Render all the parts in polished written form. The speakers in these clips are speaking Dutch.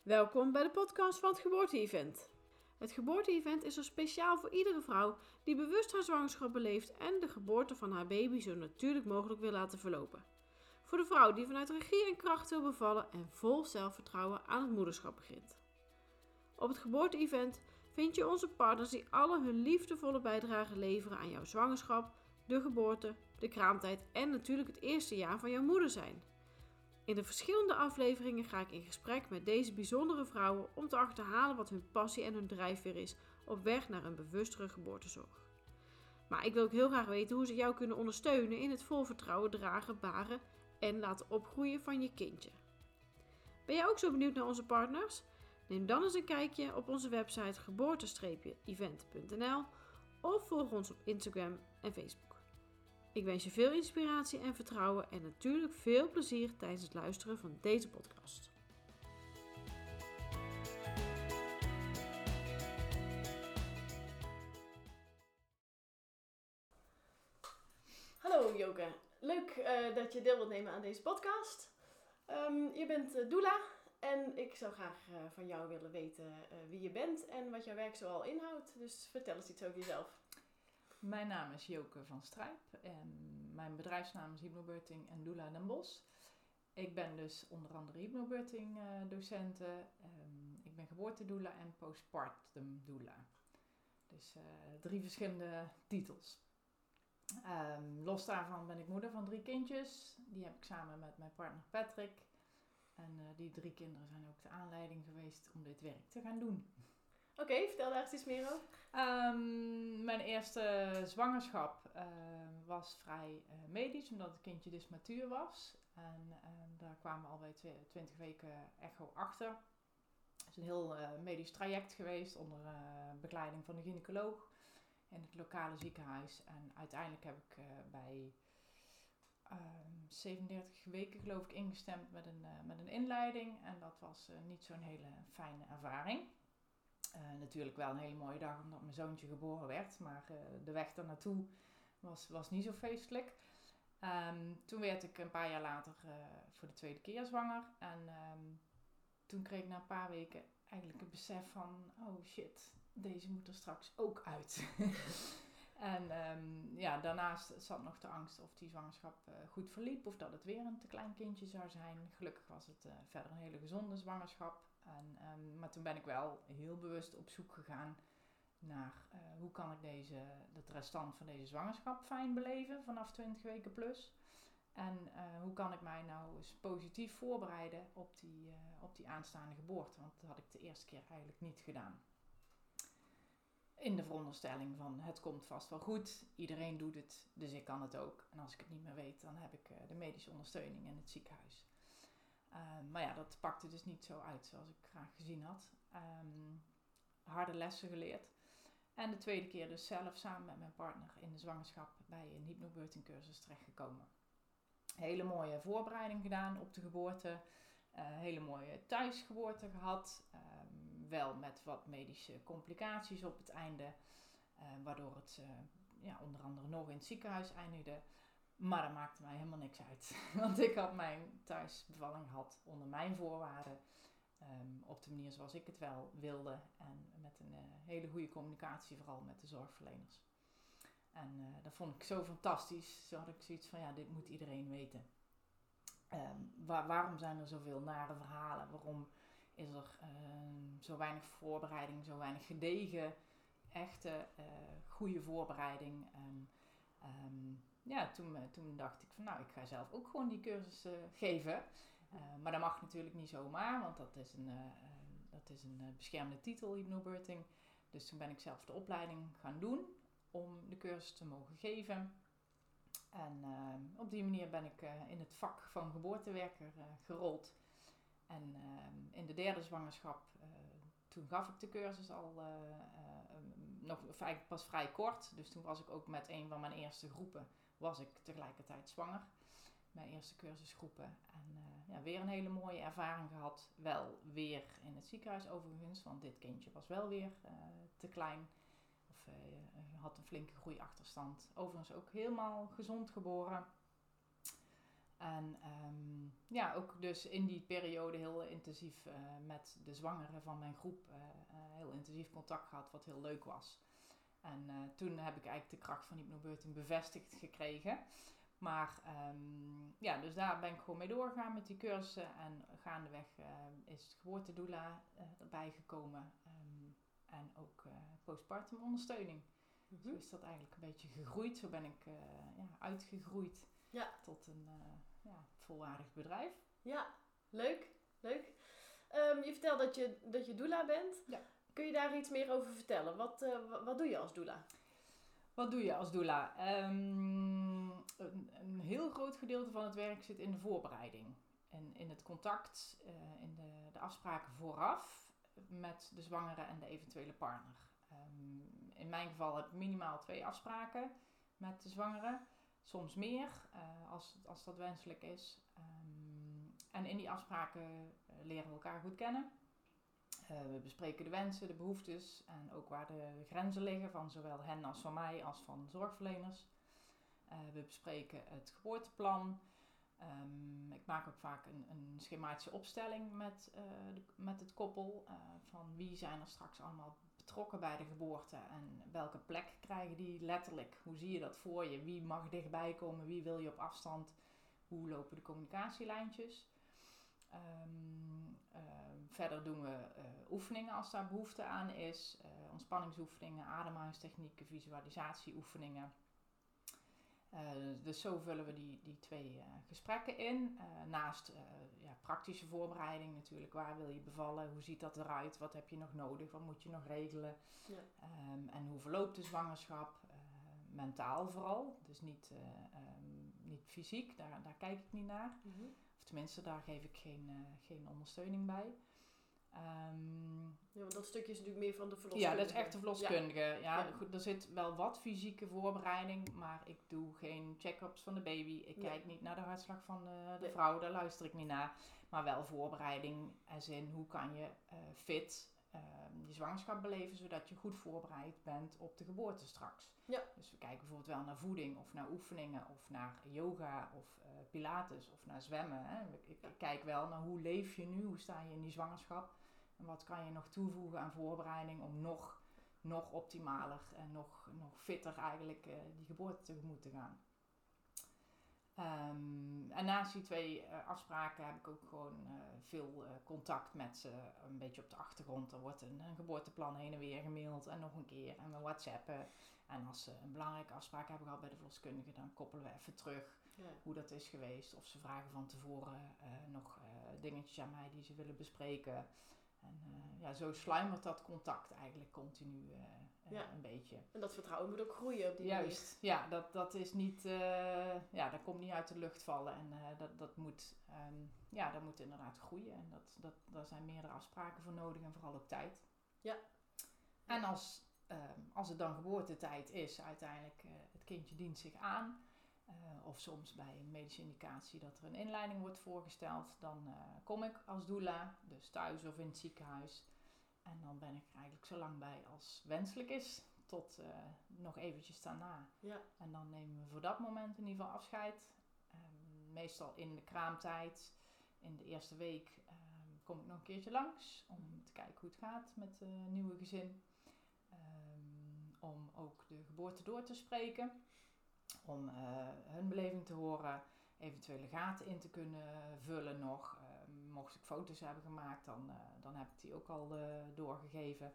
Welkom bij de podcast van het Geboorte-event. Het Geboorte-event is er speciaal voor iedere vrouw die bewust haar zwangerschap beleeft en de geboorte van haar baby zo natuurlijk mogelijk wil laten verlopen. Voor de vrouw die vanuit regie en kracht wil bevallen en vol zelfvertrouwen aan het moederschap begint. Op het Geboorte-event vind je onze partners die alle hun liefdevolle bijdrage leveren aan jouw zwangerschap, de geboorte, de kraamtijd en natuurlijk het eerste jaar van jouw moeder zijn. In de verschillende afleveringen ga ik in gesprek met deze bijzondere vrouwen om te achterhalen wat hun passie en hun drijfveer is op weg naar een bewustere geboortezorg. Maar ik wil ook heel graag weten hoe ze jou kunnen ondersteunen in het vol vertrouwen dragen, baren en laten opgroeien van je kindje. Ben jij ook zo benieuwd naar onze partners? Neem dan eens een kijkje op onze website geboorte-event.nl of volg ons op Instagram en Facebook. Ik wens je veel inspiratie en vertrouwen en natuurlijk veel plezier tijdens het luisteren van deze podcast. Hallo Joke, leuk dat je deel wilt nemen aan deze podcast. Je bent doula en ik zou graag van jou willen weten wie je bent en wat jouw werk zoal inhoudt. Dus vertel eens iets over jezelf. Mijn naam is Joke van Strijp en mijn bedrijfsnaam is Hypnobirthing en Doula Den Bosch. Ik ben dus onder andere hypnobirthing docente. Ik ben geboortedoula en postpartum doula. Dus 3 verschillende titels. Los daarvan ben ik moeder van 3 kindjes. Die heb ik samen met mijn partner Patrick. En die 3 kinderen zijn ook de aanleiding geweest om dit werk te gaan doen. Oké, vertel daar eens iets meer over. Mijn eerste zwangerschap was vrij medisch, omdat het kindje dus matuur was. En daar kwamen we al bij 20 weken echo achter. Het is een heel medisch traject geweest onder begeleiding van de gynaecoloog in het lokale ziekenhuis. En uiteindelijk heb ik bij 37 weken geloof ik ingestemd met een inleiding. En dat was niet zo'n hele fijne ervaring. Natuurlijk wel een hele mooie dag omdat mijn zoontje geboren werd. Maar de weg daar naartoe was niet zo feestelijk. Toen werd ik een paar jaar later voor de 2e keer zwanger. En toen kreeg ik na een paar weken eigenlijk het besef van... Oh shit, deze moet er straks ook uit. En daarnaast zat nog de angst of die zwangerschap goed verliep. Of dat het weer een te klein kindje zou zijn. Gelukkig was het verder een hele gezonde zwangerschap. Maar toen ben ik wel heel bewust op zoek gegaan naar hoe kan ik het restant van deze zwangerschap fijn beleven vanaf 20 weken plus. En hoe kan ik mij nou eens positief voorbereiden op die aanstaande geboorte. Want dat had ik de eerste keer eigenlijk niet gedaan. In de veronderstelling van het komt vast wel goed, iedereen doet het, dus ik kan het ook. En als ik het niet meer weet, dan heb ik de medische ondersteuning in het ziekenhuis. Maar ja, dat pakte dus niet zo uit zoals ik graag gezien had. Harde lessen geleerd. En de 2e keer dus zelf samen met mijn partner in de zwangerschap bij een hypnobirthing cursus terechtgekomen. Hele mooie voorbereiding gedaan op de geboorte. Hele mooie thuisgeboorte gehad. Wel met wat medische complicaties op het einde. Waardoor het onder andere nog in het ziekenhuis eindigde. Maar dat maakte mij helemaal niks uit. Want ik had mijn thuisbevalling gehad onder mijn voorwaarden. Op de manier zoals ik het wel wilde. En met een hele goede communicatie, vooral met de zorgverleners. En dat vond ik zo fantastisch. Zo had ik zoiets van, dit moet iedereen weten. Waarom zijn er zoveel nare verhalen? Waarom is er zo weinig voorbereiding, zo weinig gedegen, echte goede voorbereiding? En toen dacht ik van ik ga zelf ook gewoon die cursus geven. Maar dat mag natuurlijk niet zomaar, want dat is een beschermde titel, hypnobirthing. Dus toen ben ik zelf de opleiding gaan doen om de cursus te mogen geven. En op die manier ben ik in het vak van geboortewerker gerold. En in de 3e zwangerschap, toen gaf ik de cursus al pas vrij kort. Dus toen was ik ook met een van mijn eerste groepen, was ik tegelijkertijd zwanger. Mijn eerste cursusgroepen. En weer een hele mooie ervaring gehad. Wel weer in het ziekenhuis overigens, want dit kindje was wel weer te klein. Of had een flinke groeiachterstand. Overigens ook helemaal gezond geboren. En ook dus in die periode heel intensief met de zwangeren van mijn groep heel intensief contact gehad, wat heel leuk was. En toen heb ik eigenlijk de kracht van hypnobirthing bevestigd gekregen. Maar dus daar ben ik gewoon mee doorgegaan met die cursussen. En gaandeweg is geboortedoula erbij gekomen. En ook postpartum ondersteuning. Zo is dat eigenlijk een beetje gegroeid. Zo ben ik uitgegroeid tot een volwaardig bedrijf. Ja, leuk. Je vertelt dat je doula bent. Ja. Kun je daar iets meer over vertellen? Wat doe je als doula? Wat doe je als doula? Een heel groot gedeelte van het werk zit in de voorbereiding. En in het contact, in de afspraken vooraf met de zwangere en de eventuele partner. In mijn geval heb ik minimaal 2 afspraken met de zwangere. Soms meer, als dat wenselijk is. En in die afspraken leren we elkaar goed kennen. We bespreken de wensen, de behoeftes en ook waar de grenzen liggen van zowel hen als van mij als van zorgverleners. We bespreken het geboorteplan. Ik maak ook vaak een schematische opstelling met het koppel. Van wie zijn er straks allemaal betrokken bij de geboorte en welke plek krijgen die letterlijk. Hoe zie je dat voor je? Wie mag dichtbij komen? Wie wil je op afstand? Hoe lopen de communicatielijntjes? Verder doen we oefeningen als daar behoefte aan is. Ontspanningsoefeningen, ademhalingstechnieken, visualisatieoefeningen. Dus zo vullen we die 2 gesprekken in. Naast praktische voorbereiding natuurlijk. Waar wil je bevallen? Hoe ziet dat eruit? Wat heb je nog nodig? Wat moet je nog regelen? Ja. En hoe verloopt de zwangerschap? Mentaal vooral. Dus niet fysiek. Daar kijk ik niet naar. Mm-hmm. Of tenminste, daar geef ik geen ondersteuning bij. Want dat stukje is natuurlijk meer van de verloskundige. Ja, dat is echt de verloskundige. Ja. Ja. Goed, er zit wel wat fysieke voorbereiding, maar ik doe geen check-ups van de baby. Ik kijk niet naar de hartslag van de vrouw, daar luister ik niet naar. Maar wel voorbereiding, als in hoe kan je fit die zwangerschap beleven, zodat je goed voorbereid bent op de geboorte straks. Ja. Dus we kijken bijvoorbeeld wel naar voeding of naar oefeningen of naar yoga of pilates of naar zwemmen. Hè. Ik kijk wel naar hoe leef je nu, hoe sta je in die zwangerschap. En wat kan je nog toevoegen aan voorbereiding om nog optimaler en nog fitter eigenlijk die geboorte tegemoet te gaan. En naast die 2 afspraken heb ik ook gewoon veel contact met ze. Een beetje op de achtergrond. Er wordt een geboorteplan heen en weer gemaild en nog een keer. En we whatsappen. En als ze een belangrijke afspraak hebben gehad bij de verloskundige, dan koppelen we even terug hoe dat is geweest. Of ze vragen van tevoren nog dingetjes aan mij die ze willen bespreken. En zo sluimert dat contact eigenlijk continu een beetje. En dat vertrouwen moet ook groeien op die Juist, manier. Ja, dat is niet, dat komt niet uit de lucht vallen. En dat moet inderdaad groeien. En daar zijn meerdere afspraken voor nodig en vooral ook tijd. Ja. En als het dan geboortetijd is, uiteindelijk het kindje dient zich aan. Of soms bij een medische indicatie dat er een inleiding wordt voorgesteld. Dan kom ik als doula, dus thuis of in het ziekenhuis. En dan ben ik er eigenlijk zo lang bij als wenselijk is. Tot nog eventjes daarna. Ja. En dan nemen we voor dat moment in ieder geval afscheid. Meestal in de kraamtijd. In de eerste week kom ik nog een keertje langs. Om te kijken hoe het gaat met het nieuwe gezin. Om ook de geboorte door te spreken. Om hun beleving te horen, eventuele gaten in te kunnen vullen nog. Mocht ik foto's hebben gemaakt, dan heb ik die ook al doorgegeven.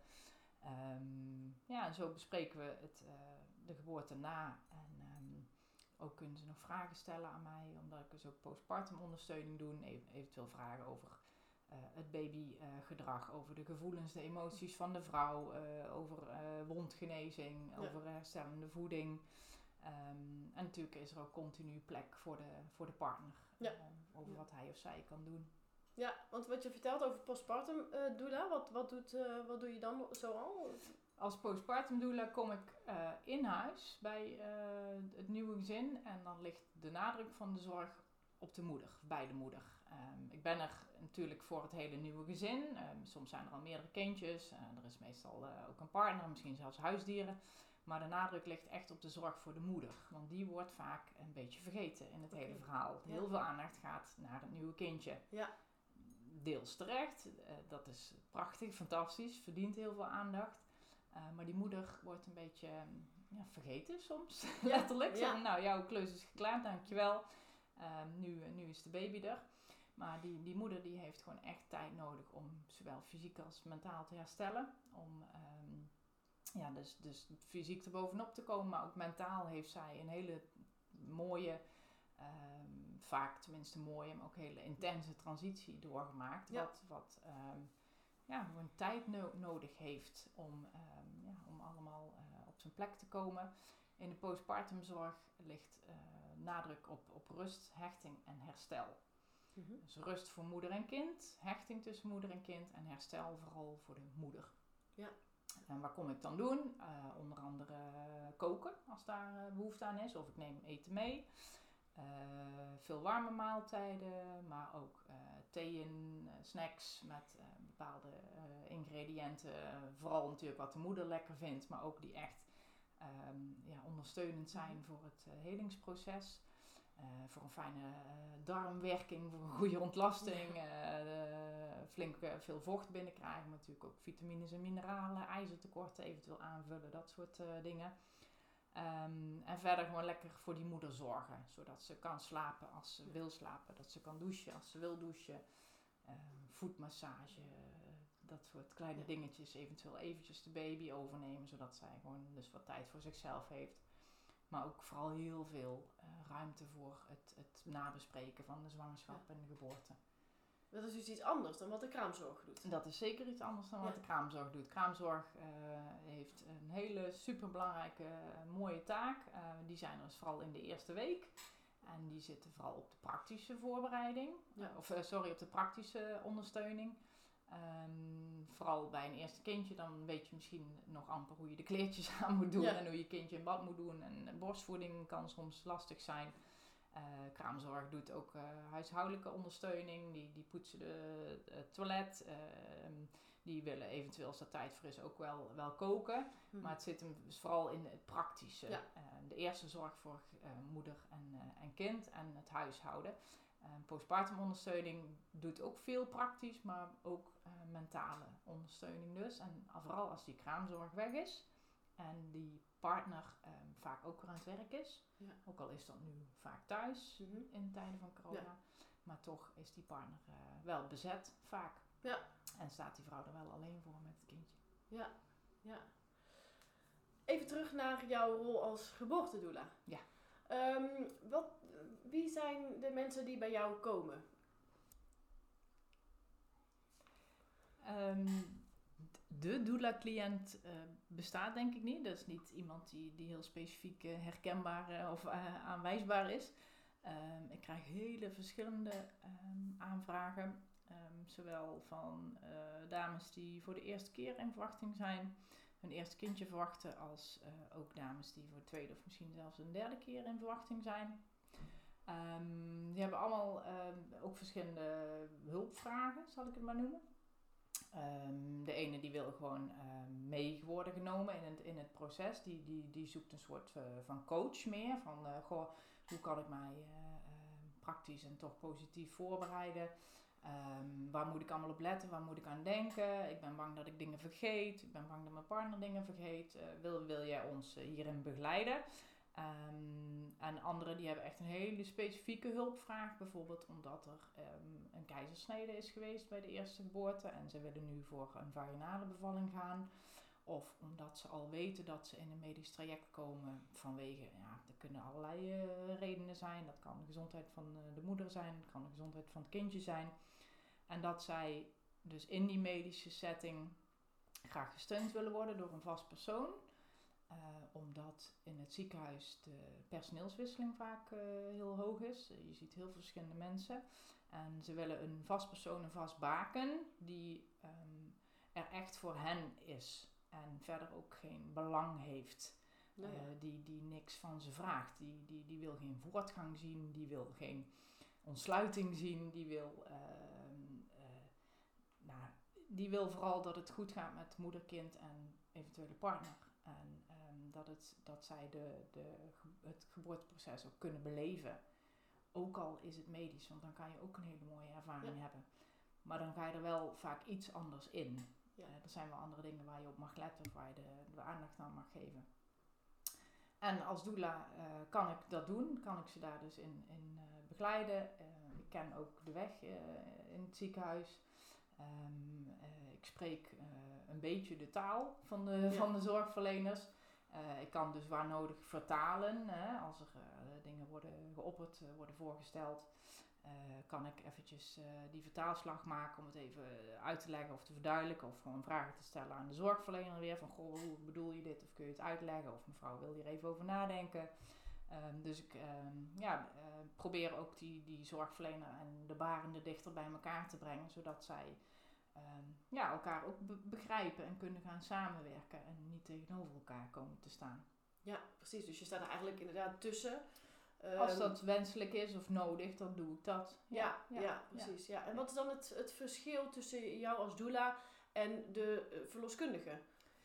En zo bespreken we de geboorte na. En ook kunnen ze nog vragen stellen aan mij, omdat ik dus ook postpartum ondersteuning doe. Eventueel vragen over het babygedrag, over de gevoelens, de emoties van de vrouw, over wondgenezing, over herstellende voeding. En natuurlijk is er ook continu plek voor de partner. Over wat hij of zij kan doen. Ja, want wat je vertelt over postpartum doula, wat doe je dan zoal? Als postpartum doula kom ik in huis bij het nieuwe gezin. En dan ligt de nadruk van de zorg op de moeder, bij de moeder. Ik ben er natuurlijk voor het hele nieuwe gezin. Soms zijn er al meerdere kindjes. Er is meestal ook een partner, misschien zelfs huisdieren. Maar de nadruk ligt echt op de zorg voor de moeder. Want die wordt vaak een beetje vergeten in het hele verhaal. Heel veel aandacht gaat naar het nieuwe kindje. Ja. Deels terecht. Dat is prachtig, fantastisch. Verdient heel veel aandacht. Maar die moeder wordt een beetje vergeten soms. Letterlijk. Ja. Nou, jouw klus is geklaard, dankjewel. Nu is de baby er. Maar die moeder die heeft gewoon echt tijd nodig om zowel fysiek als mentaal te herstellen. Om dus fysiek er bovenop te komen. Maar ook mentaal heeft zij een hele mooie, vaak tenminste mooie, maar ook hele intense transitie doorgemaakt. Ja. Wat gewoon tijd nodig heeft om allemaal op zijn plek te komen. In de postpartumzorg ligt nadruk op rust, hechting en herstel. Mm-hmm. Dus rust voor moeder en kind, hechting tussen moeder en kind en herstel vooral voor de moeder. Ja. En wat kom ik dan doen? Onder andere koken als daar behoefte aan is. Of ik neem eten mee. Veel warme maaltijden, maar ook theeën, snacks met bepaalde ingrediënten. Vooral natuurlijk wat de moeder lekker vindt, maar ook die echt ondersteunend zijn voor het helingsproces. Voor een fijne darmwerking, voor een goede ontlasting. Flink veel vocht binnenkrijgen, maar natuurlijk ook vitamines en mineralen, ijzertekorten eventueel aanvullen, dat soort dingen. En verder gewoon lekker voor die moeder zorgen, zodat ze kan slapen als ze wil slapen, dat ze kan douchen als ze wil douchen. Voetmassage, dat soort kleine dingetjes, eventueel eventjes de baby overnemen, zodat zij gewoon dus wat tijd voor zichzelf heeft. Maar ook vooral heel veel ruimte voor het nabespreken van de zwangerschap en de geboorte. Dat is dus iets anders dan wat de kraamzorg doet. Dat is zeker iets anders dan wat de kraamzorg doet. Kraamzorg heeft een hele superbelangrijke, mooie taak. Die zijn er dus vooral in de eerste week. En die zitten vooral op de praktische voorbereiding. Op de praktische ondersteuning. Vooral bij een eerste kindje, dan weet je misschien nog amper hoe je de kleertjes aan moet doen. En hoe je kindje in bad moet doen. En borstvoeding kan soms lastig zijn. Kraamzorg doet ook huishoudelijke ondersteuning. Die poetsen het toilet. Die willen eventueel, als er tijd voor is, ook wel koken. Maar het zit hem dus vooral in het praktische. Ja. De eerste zorg voor moeder en kind en het huishouden. Postpartum ondersteuning doet ook veel praktisch, maar ook mentale ondersteuning dus. En vooral als die kraamzorg weg is en die partner vaak ook weer aan het werk is. Ja. Ook al is dat nu vaak thuis in tijden van corona. Ja. Maar toch is die partner wel bezet vaak. Ja. En staat die vrouw er wel alleen voor met het kindje. Ja, ja. Even terug naar jouw rol als geboortedoula. Ja. Wie zijn de mensen die bij jou komen? De doula-cliënt bestaat denk ik niet. Dat is niet iemand die heel specifiek herkenbaar of aanwijsbaar is. Ik krijg hele verschillende aanvragen. Zowel van dames die voor de eerste keer in verwachting zijn, hun eerste kindje verwachten, als ook dames die voor de tweede of misschien zelfs een derde keer in verwachting zijn. Die hebben allemaal ook verschillende hulpvragen, zal ik het maar noemen. De ene die wil gewoon mee worden genomen in het proces. Die zoekt een soort van coach meer. Van hoe kan ik mij praktisch en toch positief voorbereiden? Waar moet ik allemaal op letten? Waar moet ik aan denken? Ik ben bang dat ik dingen vergeet. Ik ben bang dat mijn partner dingen vergeet. Wil jij ons hierin begeleiden? En anderen die hebben echt een hele specifieke hulpvraag. Bijvoorbeeld omdat er een keizersnede is geweest bij de eerste geboorte. En ze willen nu voor een vaginale bevalling gaan. Of omdat ze al weten dat ze in een medisch traject komen vanwege, er kunnen allerlei redenen zijn. Dat kan de gezondheid van de moeder zijn, dat kan de gezondheid van het kindje zijn. En dat zij dus in die medische setting graag gesteund willen worden door een vast persoon. Omdat in het ziekenhuis de personeelswisseling vaak heel hoog is. Je ziet heel veel verschillende mensen. En ze willen een vast persoon, een vast baken die er echt voor hen is. En verder ook geen belang heeft. Die niks van ze vraagt. Die wil geen voortgang zien. Die wil geen ontsluiting zien. Die wil vooral dat het goed gaat met moeder, kind en eventuele partner. En dat zij het geboorteproces ook kunnen beleven. Ook al is het medisch, want dan kan je ook een hele mooie ervaring hebben. Maar dan ga je er wel vaak iets anders in. Ja. Er zijn wel andere dingen waar je op mag letten of waar je de aandacht aan mag geven. En als doula kan ik dat doen, kan ik ze daar dus in begeleiden. Ik ken ook de weg in het ziekenhuis. Ik spreek een beetje de taal van de zorgverleners. Ik kan dus waar nodig vertalen. Als er dingen worden geopperd, worden voorgesteld. Kan ik eventjes die vertaalslag maken om het even uit te leggen of te verduidelijken. Of gewoon vragen te stellen aan de zorgverlener weer. Van, goh, hoe bedoel je dit? Of kun je het uitleggen? Of mevrouw wil hier even over nadenken. Dus ik probeer ook die zorgverlener en de barende dichter bij elkaar te brengen. Zodat zij elkaar ook begrijpen en kunnen gaan samenwerken. En niet tegenover elkaar komen te staan. Ja, precies. Dus je staat er eigenlijk inderdaad tussen. Als dat wenselijk is of nodig, dan doe ik dat. Ja, precies. Ja. En wat is dan het verschil tussen jou als doula en de verloskundige?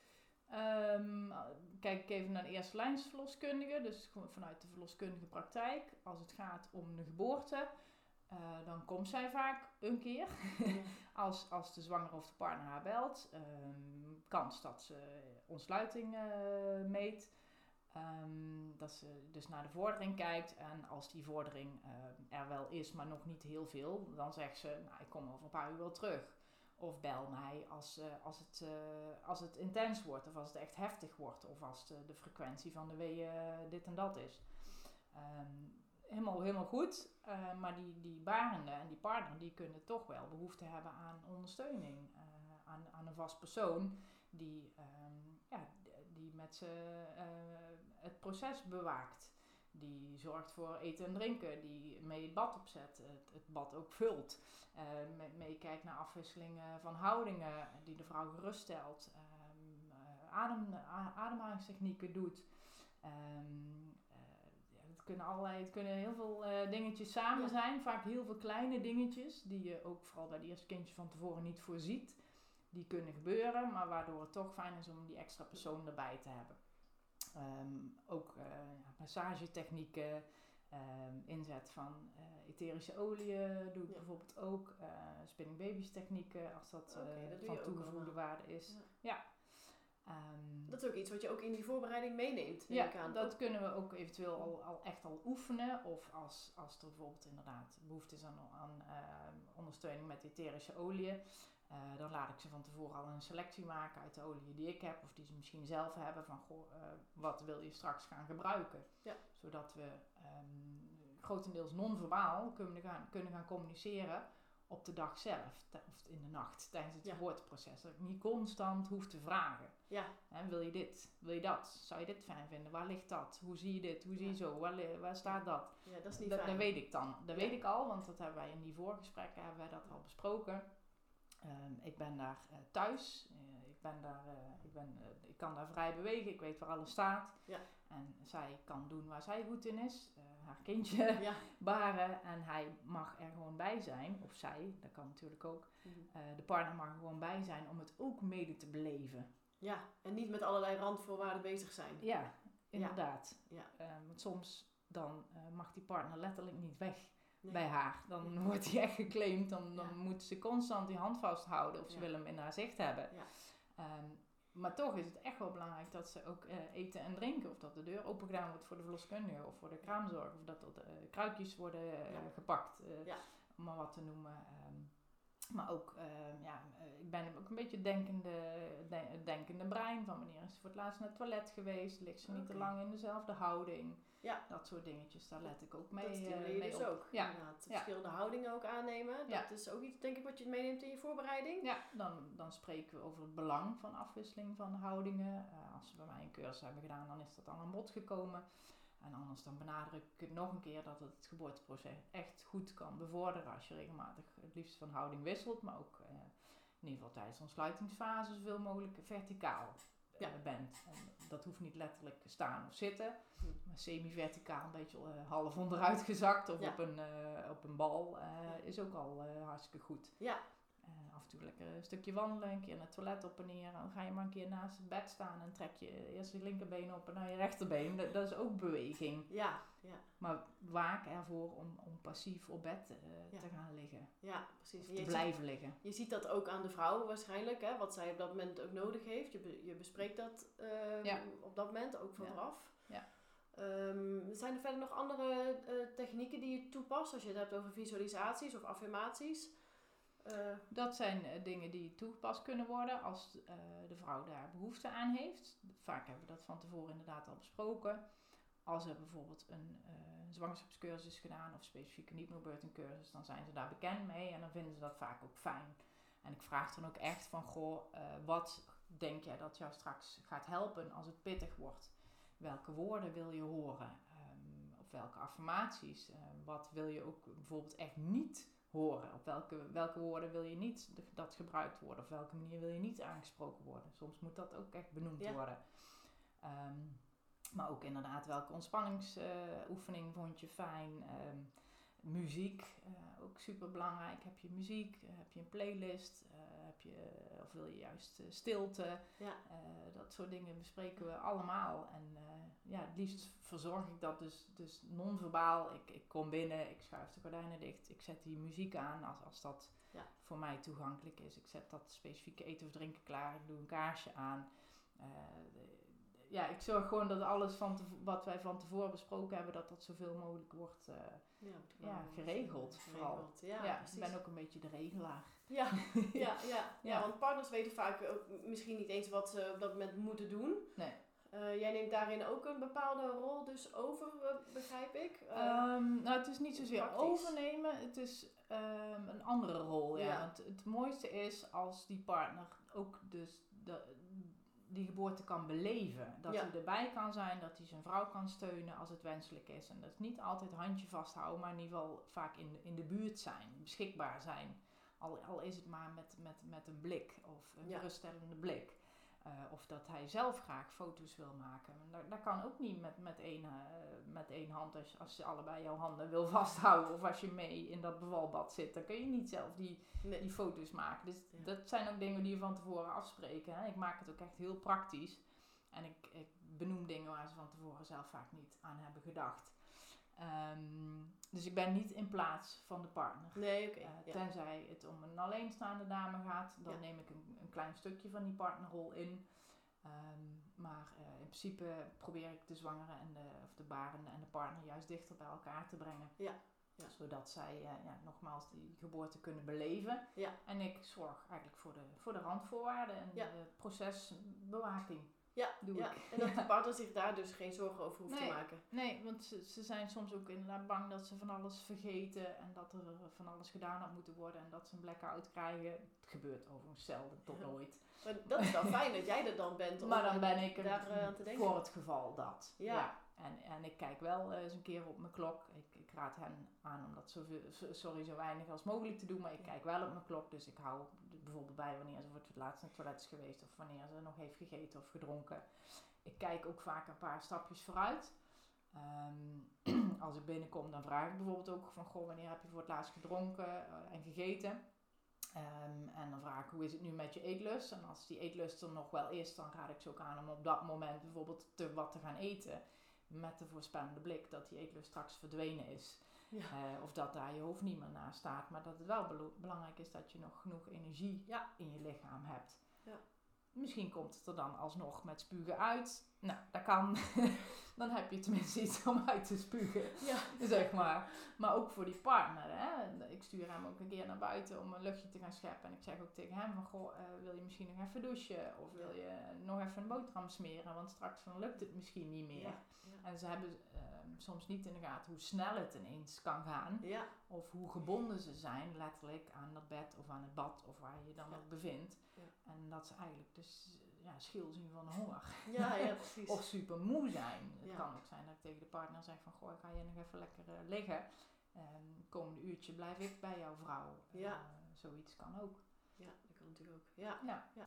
Kijk ik even naar de eerste lijns verloskundige, dus vanuit de verloskundige praktijk. Als het gaat om de geboorte, dan komt zij vaak een keer. Als de zwangere of de partner haar belt. Kans dat ze ontsluiting meet. Dat ze dus naar de vordering kijkt. En als die vordering er wel is, maar nog niet heel veel, dan zegt ze, nou, ik kom over een paar uur wel terug. Of bel mij als het intens wordt, of als het echt heftig wordt, of als de frequentie van de weeën dit en dat is. Helemaal goed, maar die barende en die partner, die kunnen toch wel behoefte hebben aan ondersteuning. Aan een vast persoon die met ze het proces bewaakt. Die zorgt voor eten en drinken, die mee het bad opzet, het bad ook vult. Meekijkt naar afwisselingen van houdingen, die de vrouw geruststelt. Ademhalingstechnieken doet. Het kunnen heel veel dingetjes samen zijn. Vaak heel veel kleine dingetjes, die je ook vooral bij de eerste kindjes van tevoren niet voorziet. Die kunnen gebeuren, maar waardoor het toch fijn is om die extra persoon erbij te hebben. Ook massagetechnieken, inzet van etherische oliën doe ik bijvoorbeeld ook. Spinning babies technieken, als dat van toegevoegde waarde is. Ja. Dat is ook iets wat je ook in die voorbereiding meeneemt. Ja, dat kunnen we ook eventueel al oefenen. Of als er bijvoorbeeld inderdaad behoefte is aan ondersteuning met etherische oliën. Dan laat ik ze van tevoren al een selectie maken uit de olie die ik heb. Of die ze misschien zelf hebben. Van wat wil je straks gaan gebruiken. Ja. Zodat we grotendeels non-verbaal kunnen gaan communiceren op de dag zelf. Of in de nacht tijdens het geboorteproces. Dat ik niet constant hoef te vragen. Ja. Wil je dit? Wil je dat? Zou je dit fijn vinden? Waar ligt dat? Hoe zie je dit? Hoe zie je zo? Waar staat dat? Ja, dat is niet fijn. Dat weet ik dan. Dat weet ik al, want dat hebben wij in die voorgesprekken al besproken. Ik ben daar thuis. Ik kan daar vrij bewegen. Ik weet waar alles staat. Ja. En zij kan doen waar zij goed in is. Haar kindje baren. En hij mag er gewoon bij zijn. Of zij, dat kan natuurlijk ook. De partner mag er gewoon bij zijn om het ook mede te beleven. Ja, en niet met allerlei randvoorwaarden bezig zijn. Ja, inderdaad. Ja. Want soms dan mag die partner letterlijk niet weg. Nee. Bij haar. Dan wordt hij echt geclaimd. Dan moet ze constant die hand vasthouden. Of ze willen hem in haar zicht hebben. Ja. Maar toch is het echt wel belangrijk dat ze ook eten en drinken. Of dat de deur open gedaan wordt voor de verloskundige. Of voor de kraamzorg. Of dat er kruikjes worden gepakt. Om maar wat te noemen. Maar ook, ik ben ook een beetje het denkende brein. Van wanneer is ze voor het laatst naar het toilet geweest? Ligt ze niet te lang in dezelfde houding? Ja. Dat soort dingetjes, daar let ik ook mee op. Dat stimuleer je dus ook. Ja. Verschillende houdingen ook aannemen. Dat is ook iets, denk ik, wat je meeneemt in je voorbereiding. Ja, dan spreken we over het belang van afwisseling van houdingen. Als ze bij mij een cursus hebben gedaan, dan is dat al aan bod gekomen. En anders dan benadruk ik het nog een keer dat het geboorteproces echt goed kan bevorderen als je regelmatig het liefst van houding wisselt. Maar ook in ieder geval tijdens de ontsluitingsfase zoveel mogelijk verticaal bent. En dat hoeft niet letterlijk staan of zitten. Maar semi-verticaal, een beetje half onderuit gezakt of op een bal is ook al hartstikke goed. Ja. Af en toe lekker een stukje wandelen, een keer naar het toilet op en neer. Dan ga je maar een keer naast het bed staan en trek je eerst je linkerbeen op en dan je rechterbeen. Dat is ook beweging. Ja. Maar waak ervoor om passief op bed te gaan liggen. Ja, precies. Te blijven liggen. Je ziet dat ook aan de vrouw waarschijnlijk, hè, wat zij op dat moment ook nodig heeft. Je bespreekt dat op dat moment, ook vooraf. Ja. Zijn er verder nog andere technieken die je toepast als je het hebt over visualisaties of affirmaties? Dat zijn dingen die toegepast kunnen worden als de vrouw daar behoefte aan heeft. Vaak hebben we dat van tevoren inderdaad al besproken. Als er bijvoorbeeld een zwangerschapscursus gedaan of specifieke niet-moerbirthing-cursus, dan zijn ze daar bekend mee en dan vinden ze dat vaak ook fijn. En ik vraag dan ook echt van, wat denk jij dat jou straks gaat helpen als het pittig wordt? Welke woorden wil je horen? Of welke affirmaties? Wat wil je ook bijvoorbeeld echt niet horen? Op welke woorden wil je niet dat gebruikt worden? Op welke manier wil je niet aangesproken worden? Soms moet dat ook echt benoemd worden. Maar ook inderdaad, welke ontspanningsoefening vond je fijn? Muziek, ook super belangrijk. Heb je muziek? Heb je een playlist? Of wil je juist stilte? Ja. Dat soort dingen bespreken we allemaal. En het liefst verzorg ik dat dus non-verbaal. Ik kom binnen, ik schuif de gordijnen dicht. Ik zet die muziek aan als dat voor mij toegankelijk is. Ik zet dat specifieke eten of drinken klaar. Ik doe een kaarsje aan. Ik zorg gewoon dat alles wat wij van tevoren besproken hebben, dat zoveel mogelijk wordt geregeld. Vooral. Ja, ik ben ook een beetje de regelaar. Ja, want partners weten vaak ook misschien niet eens wat ze op dat moment moeten doen. Nee. Jij neemt daarin ook een bepaalde rol dus over, begrijp ik? Het is niet zozeer praktisch overnemen, het is een andere rol. Ja. Want het mooiste is als die partner ook dus die geboorte kan beleven. Dat hij erbij kan zijn, dat hij zijn vrouw kan steunen als het wenselijk is. En dat is niet altijd handje vasthouden, maar in ieder geval vaak in de buurt zijn, beschikbaar zijn. Al is het maar met een blik of een geruststellende blik. Of dat hij zelf graag foto's wil maken. Dat kan ook niet met één hand als je allebei jouw handen wil vasthouden. Of als je mee in dat bevalbad zit. Dan kun je niet zelf die foto's maken. Dus dat zijn ook dingen die je van tevoren afspreken. Hè. Ik maak het ook echt heel praktisch. En ik benoem dingen waar ze van tevoren zelf vaak niet aan hebben gedacht. Dus ik ben niet in plaats van de partner. Nee, oké. Tenzij het om een alleenstaande dame gaat, dan neem ik een klein stukje van die partnerrol in. Maar in principe probeer ik de zwangere of de barende en de partner juist dichter bij elkaar te brengen. Ja. Zodat zij nogmaals die geboorte kunnen beleven. Ja. En ik zorg eigenlijk voor de randvoorwaarden en de procesbewaking. Doe ik. En dat de partner zich daar dus geen zorgen over hoeft te maken. Nee, want ze zijn soms ook inderdaad bang dat ze van alles vergeten en dat er van alles gedaan had moeten worden en dat ze een blackout krijgen. Het gebeurt overigens zelden tot nooit. Maar dat is dan fijn dat jij er dan bent om maar dan ben ik daar te denken. Voor het geval dat. Ja. En ik kijk wel eens een keer op mijn klok. Ik raad hen aan om dat zo weinig als mogelijk te doen. Maar ik kijk wel op mijn klok. Dus ik hou bijvoorbeeld bij wanneer ze voor het laatst naar het toilet is geweest. Of wanneer ze nog heeft gegeten of gedronken. Ik kijk ook vaak een paar stapjes vooruit. Als ik binnenkom dan vraag ik bijvoorbeeld ook van wanneer heb je voor het laatst gedronken en gegeten. En dan vraag ik hoe is het nu met je eetlust. En als die eetlust er nog wel is, dan raad ik ze ook aan om op dat moment bijvoorbeeld wat te gaan eten. Met de voorspellende blik dat die eetlust straks verdwenen is. Ja. Of dat daar je hoofd niet meer naast staat. Maar dat het wel belangrijk is dat je nog genoeg energie in je lichaam hebt. Ja. Misschien komt het er dan alsnog met spugen uit. Nou, dat kan. Dan heb je tenminste iets om uit te spugen. Ja. Zeg maar. Maar ook voor die partner. Hè? Ik stuur hem ook een keer naar buiten om een luchtje te gaan scheppen. En ik zeg ook tegen hem van, wil je misschien nog even douchen? Of wil je nog even een boterham smeren? Want straks dan lukt het misschien niet meer. Ja. Ja. En ze hebben soms niet in de gaten hoe snel het ineens kan gaan. Ja. Of hoe gebonden ze zijn, letterlijk, aan dat bed of aan het bad. Of waar je je dan ook bevindt. Ja. En dat ze eigenlijk dus schil zien van de honger. Ja, precies. Of super moe zijn. Het kan ook zijn dat ik tegen de partner zeg van, ga je nog even lekker liggen. Komende uurtje blijf ik bij jouw vrouw. Zoiets kan ook. Ja, dat kan natuurlijk ook. Ja.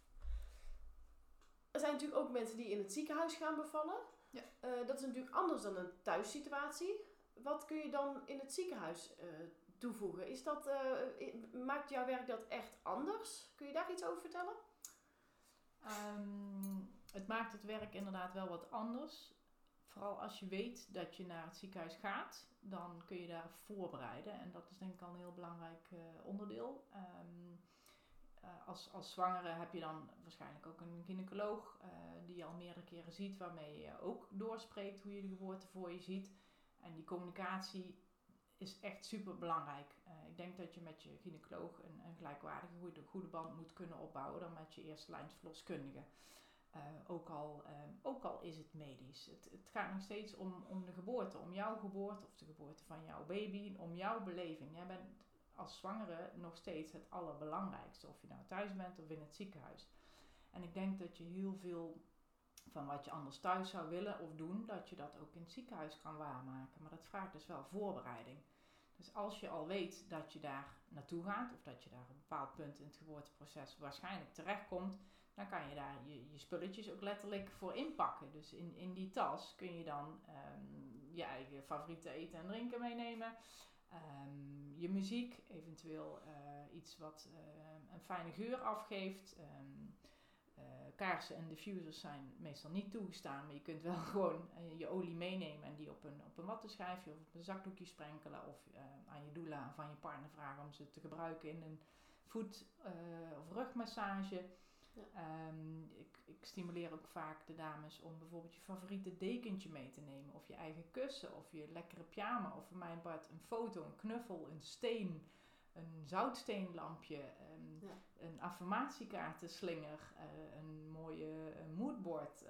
Er zijn natuurlijk ook mensen die in het ziekenhuis gaan bevallen. Ja. Dat is natuurlijk anders dan een thuissituatie. Wat kun je dan in het ziekenhuis toevoegen. Is dat, maakt jouw werk dat echt anders? Kun je daar iets over vertellen? Het maakt het werk inderdaad wel wat anders. Vooral als je weet dat je naar het ziekenhuis gaat, dan kun je daarop voorbereiden. En dat is denk ik al een heel belangrijk onderdeel. Als zwangere heb je dan waarschijnlijk ook een gynaecoloog die je al meerdere keren ziet, waarmee je ook doorspreekt hoe je de geboorte voor je ziet. En die communicatie is echt super belangrijk. Ik denk dat je met je gynaecoloog een gelijkwaardige goede band moet kunnen opbouwen dan met je eerste lijns verloskundige. Ook al is het medisch. Het gaat nog steeds om de geboorte, om jouw geboorte of de geboorte van jouw baby, om jouw beleving. Jij bent als zwangere nog steeds het allerbelangrijkste, of je nou thuis bent of in het ziekenhuis. En ik denk dat je heel veel van wat je anders thuis zou willen of doen, dat je dat ook in het ziekenhuis kan waarmaken. Maar dat vraagt dus wel voorbereiding. Dus als je al weet dat je daar naartoe gaat, of dat je daar op een bepaald punt in het geboorteproces waarschijnlijk terechtkomt, dan kan je daar je spulletjes ook letterlijk voor inpakken. Dus in die tas kun je dan je eigen favoriete eten en drinken meenemen. Je muziek, eventueel iets wat een fijne geur afgeeft. Kaarsen en diffusers zijn meestal niet toegestaan, maar je kunt wel gewoon je olie meenemen en die op een wattenschijfje of op een zakdoekje sprenkelen of aan je doula of aan je partner vragen om ze te gebruiken in een voet- of rugmassage. Ja. Ik stimuleer ook vaak de dames om bijvoorbeeld je favoriete dekentje mee te nemen of je eigen kussen of je lekkere pyjama of voor mijn part een foto, een knuffel, een steen, een zoutsteenlampje, een affirmatiekaartenslinger, een mooie moodboard.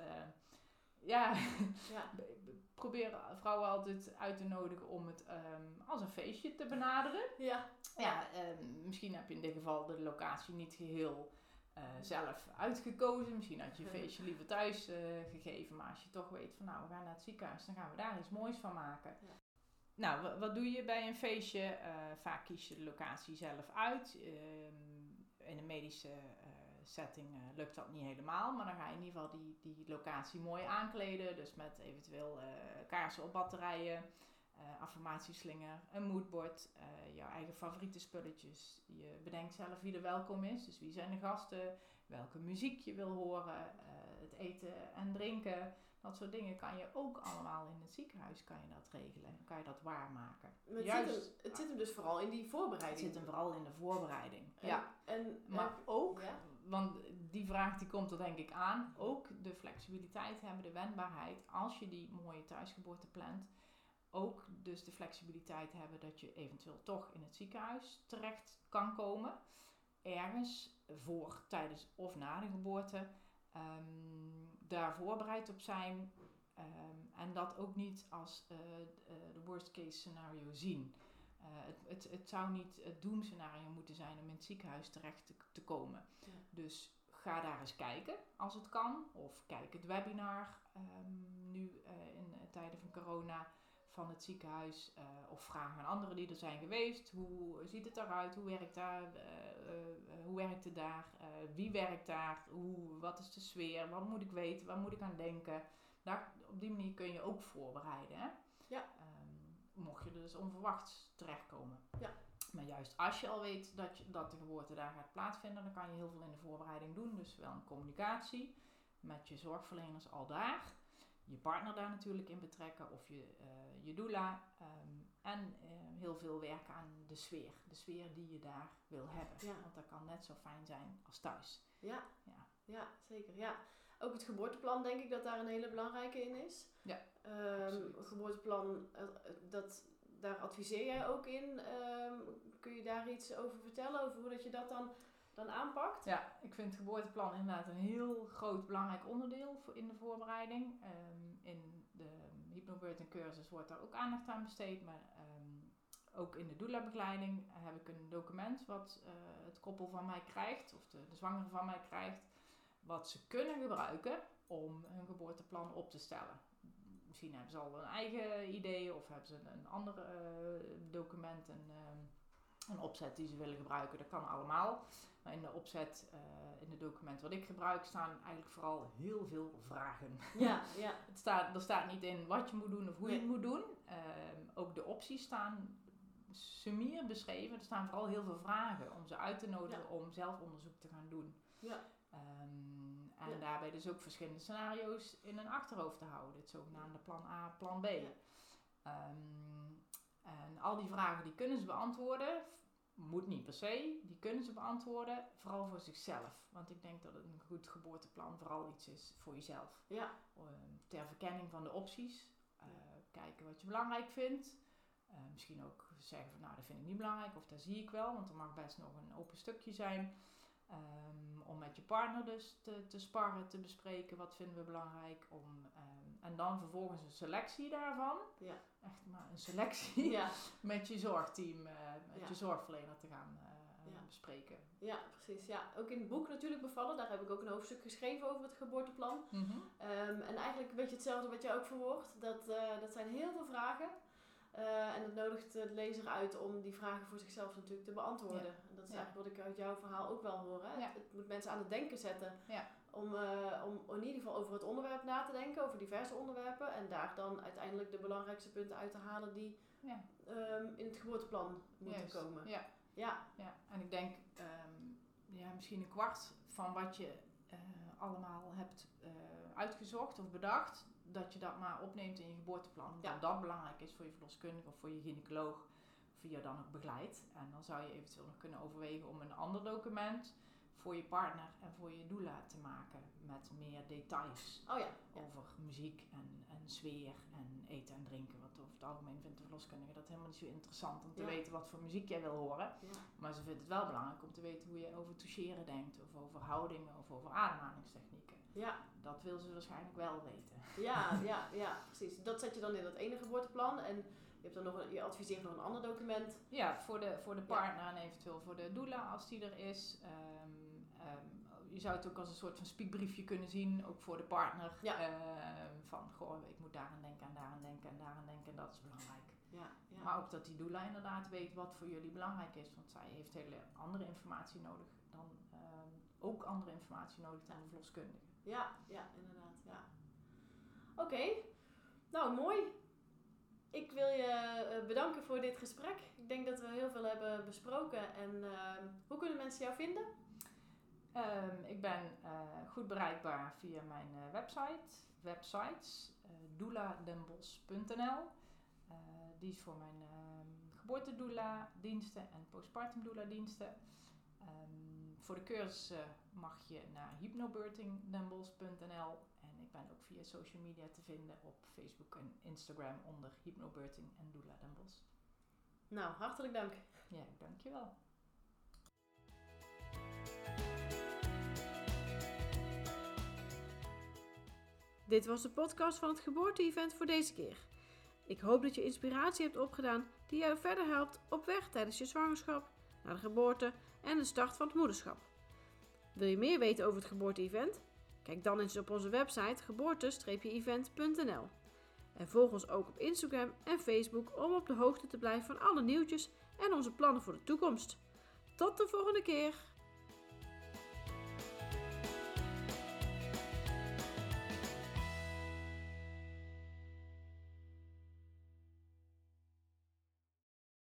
Probeer vrouwen altijd uit te nodigen om het als een feestje te benaderen. Misschien heb je in dit geval de locatie niet geheel zelf uitgekozen. Misschien had je een feestje liever thuis gegeven. Maar als je toch weet van we gaan naar het ziekenhuis, dan gaan we daar iets moois van maken. Ja. Nou, wat doe je bij een feestje? Vaak kies je de locatie zelf uit. In een medische setting lukt dat niet helemaal. Maar dan ga je in ieder geval die locatie mooi aankleden. Dus met eventueel kaarsen op batterijen, affirmatieslinger, een moodboard, jouw eigen favoriete spulletjes. Je bedenkt zelf wie er welkom is. Dus wie zijn de gasten, welke muziek je wil horen, het eten en drinken. Dat soort dingen kan je ook allemaal in het ziekenhuis regelen. Kan je dat waarmaken. Het zit hem dus vooral in die voorbereiding. Het zit hem vooral in de voorbereiding. Maar want die vraag die komt er denk ik aan, ook de flexibiliteit hebben, de wendbaarheid, als je die mooie thuisgeboorte plant, ook dus de flexibiliteit hebben dat je eventueel toch in het ziekenhuis terecht kan komen. Ergens voor, tijdens of na de geboorte. Daar voorbereid op zijn en dat ook niet als de worst case scenario zien. Het zou niet het doemscenario moeten zijn om in het ziekenhuis terecht te komen. Ja. Dus ga daar eens kijken als het kan. Of kijk het webinar nu in tijden van corona van het ziekenhuis. Of vraag aan anderen die er zijn geweest. Hoe ziet het eruit? Hoe werkt daar? Hoe werkt het daar? Wie werkt daar? Wat is de sfeer? Wat moet ik weten? Waar moet ik aan denken? Op die manier kun je ook voorbereiden. Hè? Ja. Mocht je dus onverwachts terechtkomen. Ja. Maar juist als je al weet dat de geboorte daar gaat plaatsvinden, dan kan je heel veel in de voorbereiding doen. Dus wel een communicatie met je zorgverleners al daar. Je partner daar natuurlijk in betrekken of je doula. En heel veel werken aan de sfeer. De sfeer die je daar wil hebben. Ja. Want dat kan net zo fijn zijn als thuis. Ja, zeker. Ja. Ook het geboorteplan denk ik dat daar een hele belangrijke in is. Ja, het geboorteplan, daar adviseer jij ook in. Kun je daar iets over vertellen? Over hoe dat je dat dan aanpakt? Ja, ik vind het geboorteplan inderdaad een heel groot belangrijk onderdeel in de voorbereiding. In de hypnobirthing cursus wordt daar ook aandacht aan besteed. Maar ook in de doula-begeleiding heb ik een document wat het koppel van mij krijgt, of de zwangere van mij krijgt, wat ze kunnen gebruiken om hun geboorteplan op te stellen. Misschien hebben ze al een eigen idee of hebben ze een ander document, een opzet die ze willen gebruiken. Dat kan allemaal. Maar in de opzet, in het document wat ik gebruik, staan eigenlijk vooral heel veel vragen. Ja. Er staat niet in wat je moet doen of hoe je het moet doen. Ook de opties staan sumier beschreven. Er staan vooral heel veel vragen om ze uit te nodigen om zelf onderzoek te gaan doen. Ja. En daarbij dus ook verschillende scenario's in hun achterhoofd te houden. Het zogenaamde plan A, plan B. Ja. En al die vragen die kunnen ze beantwoorden. Moet niet per se. Die kunnen ze beantwoorden. Vooral voor zichzelf. Want ik denk dat het een goed geboorteplan vooral iets is voor jezelf. Ja. Ter verkenning van de opties. Kijken wat je belangrijk vindt. Misschien ook zeggen van dat vind ik niet belangrijk. Of dat zie ik wel. Want er mag best nog een open stukje zijn. Om met je partner dus te sparren, te bespreken. Wat vinden we belangrijk. En dan vervolgens een selectie daarvan. Ja. Echt maar een selectie. Ja. Met je zorgteam, met je zorgverlener te gaan bespreken. Ja, precies. Ja, ook in het boek natuurlijk Bevallen. Daar heb ik ook een hoofdstuk geschreven over het geboorteplan. Mm-hmm. En eigenlijk een beetje hetzelfde wat jij ook verwoordt. Dat zijn heel veel vragen. En dat nodigt de lezer uit om die vragen voor zichzelf natuurlijk te beantwoorden. Ja. En dat is eigenlijk wat ik uit jouw verhaal ook wel hoor. Hè? Ja. Het moet mensen aan het denken zetten. Ja. Om in ieder geval over het onderwerp na te denken, over diverse onderwerpen. En daar dan uiteindelijk de belangrijkste punten uit te halen die in het geboorteplan moeten komen. Ja. Ja. Ja. En ik denk misschien een kwart van wat je allemaal hebt uitgezocht of bedacht, dat je dat maar opneemt in je geboorteplan. Omdat dat belangrijk is voor je verloskundige of voor je gynaecoloog, of je dan ook begeleidt. En dan zou je eventueel nog kunnen overwegen om een ander document voor je partner en voor je doula te maken met meer details over muziek en sfeer en eten en drinken. Want over het algemeen vindt de verloskundige dat helemaal niet zo interessant om te weten wat voor muziek jij wil horen. Ja. Maar ze vindt het wel belangrijk om te weten hoe je over toucheren denkt, of over houdingen, of over ademhalingstechnieken. Ja. Dat wil ze waarschijnlijk wel weten. Ja, precies. Dat zet je dan in dat ene geboorteplan en je hebt dan je adviseert nog een ander document. Ja, voor de partner en eventueel voor de doula als die er is. Je zou het ook als een soort van spiekbriefje kunnen zien, ook voor de partner. Ja. Van, ik moet daaraan denken en daaraan denken en daaraan denken en dat is belangrijk. Ja. Maar ook dat die doula inderdaad weet wat voor jullie belangrijk is, want zij heeft hele andere informatie nodig dan de verloskundige. Ja, inderdaad. Ja. Oké. Nou, mooi. Ik wil je bedanken voor dit gesprek. Ik denk dat we heel veel hebben besproken. En hoe kunnen mensen jou vinden? Ik ben goed bereikbaar via mijn websites. douladenbosch.nl. Die is voor mijn geboortedoula diensten en postpartum doula diensten. Voor de cursussen mag je naar hypnobirthingdenbosch.nl. En ik ben ook via social media te vinden op Facebook en Instagram onder Hypnobirthing en Doula Den Bosch. Nou, hartelijk dank. Ja, dankjewel. Dit was de podcast van het geboorte-event voor deze keer. Ik hoop dat je inspiratie hebt opgedaan die jou verder helpt op weg tijdens je zwangerschap, naar de geboorte en de start van het moederschap. Wil je meer weten over het geboorte-event? Kijk dan eens op onze website geboorte-event.nl. En volg ons ook op Instagram en Facebook om op de hoogte te blijven van alle nieuwtjes en onze plannen voor de toekomst. Tot de volgende keer!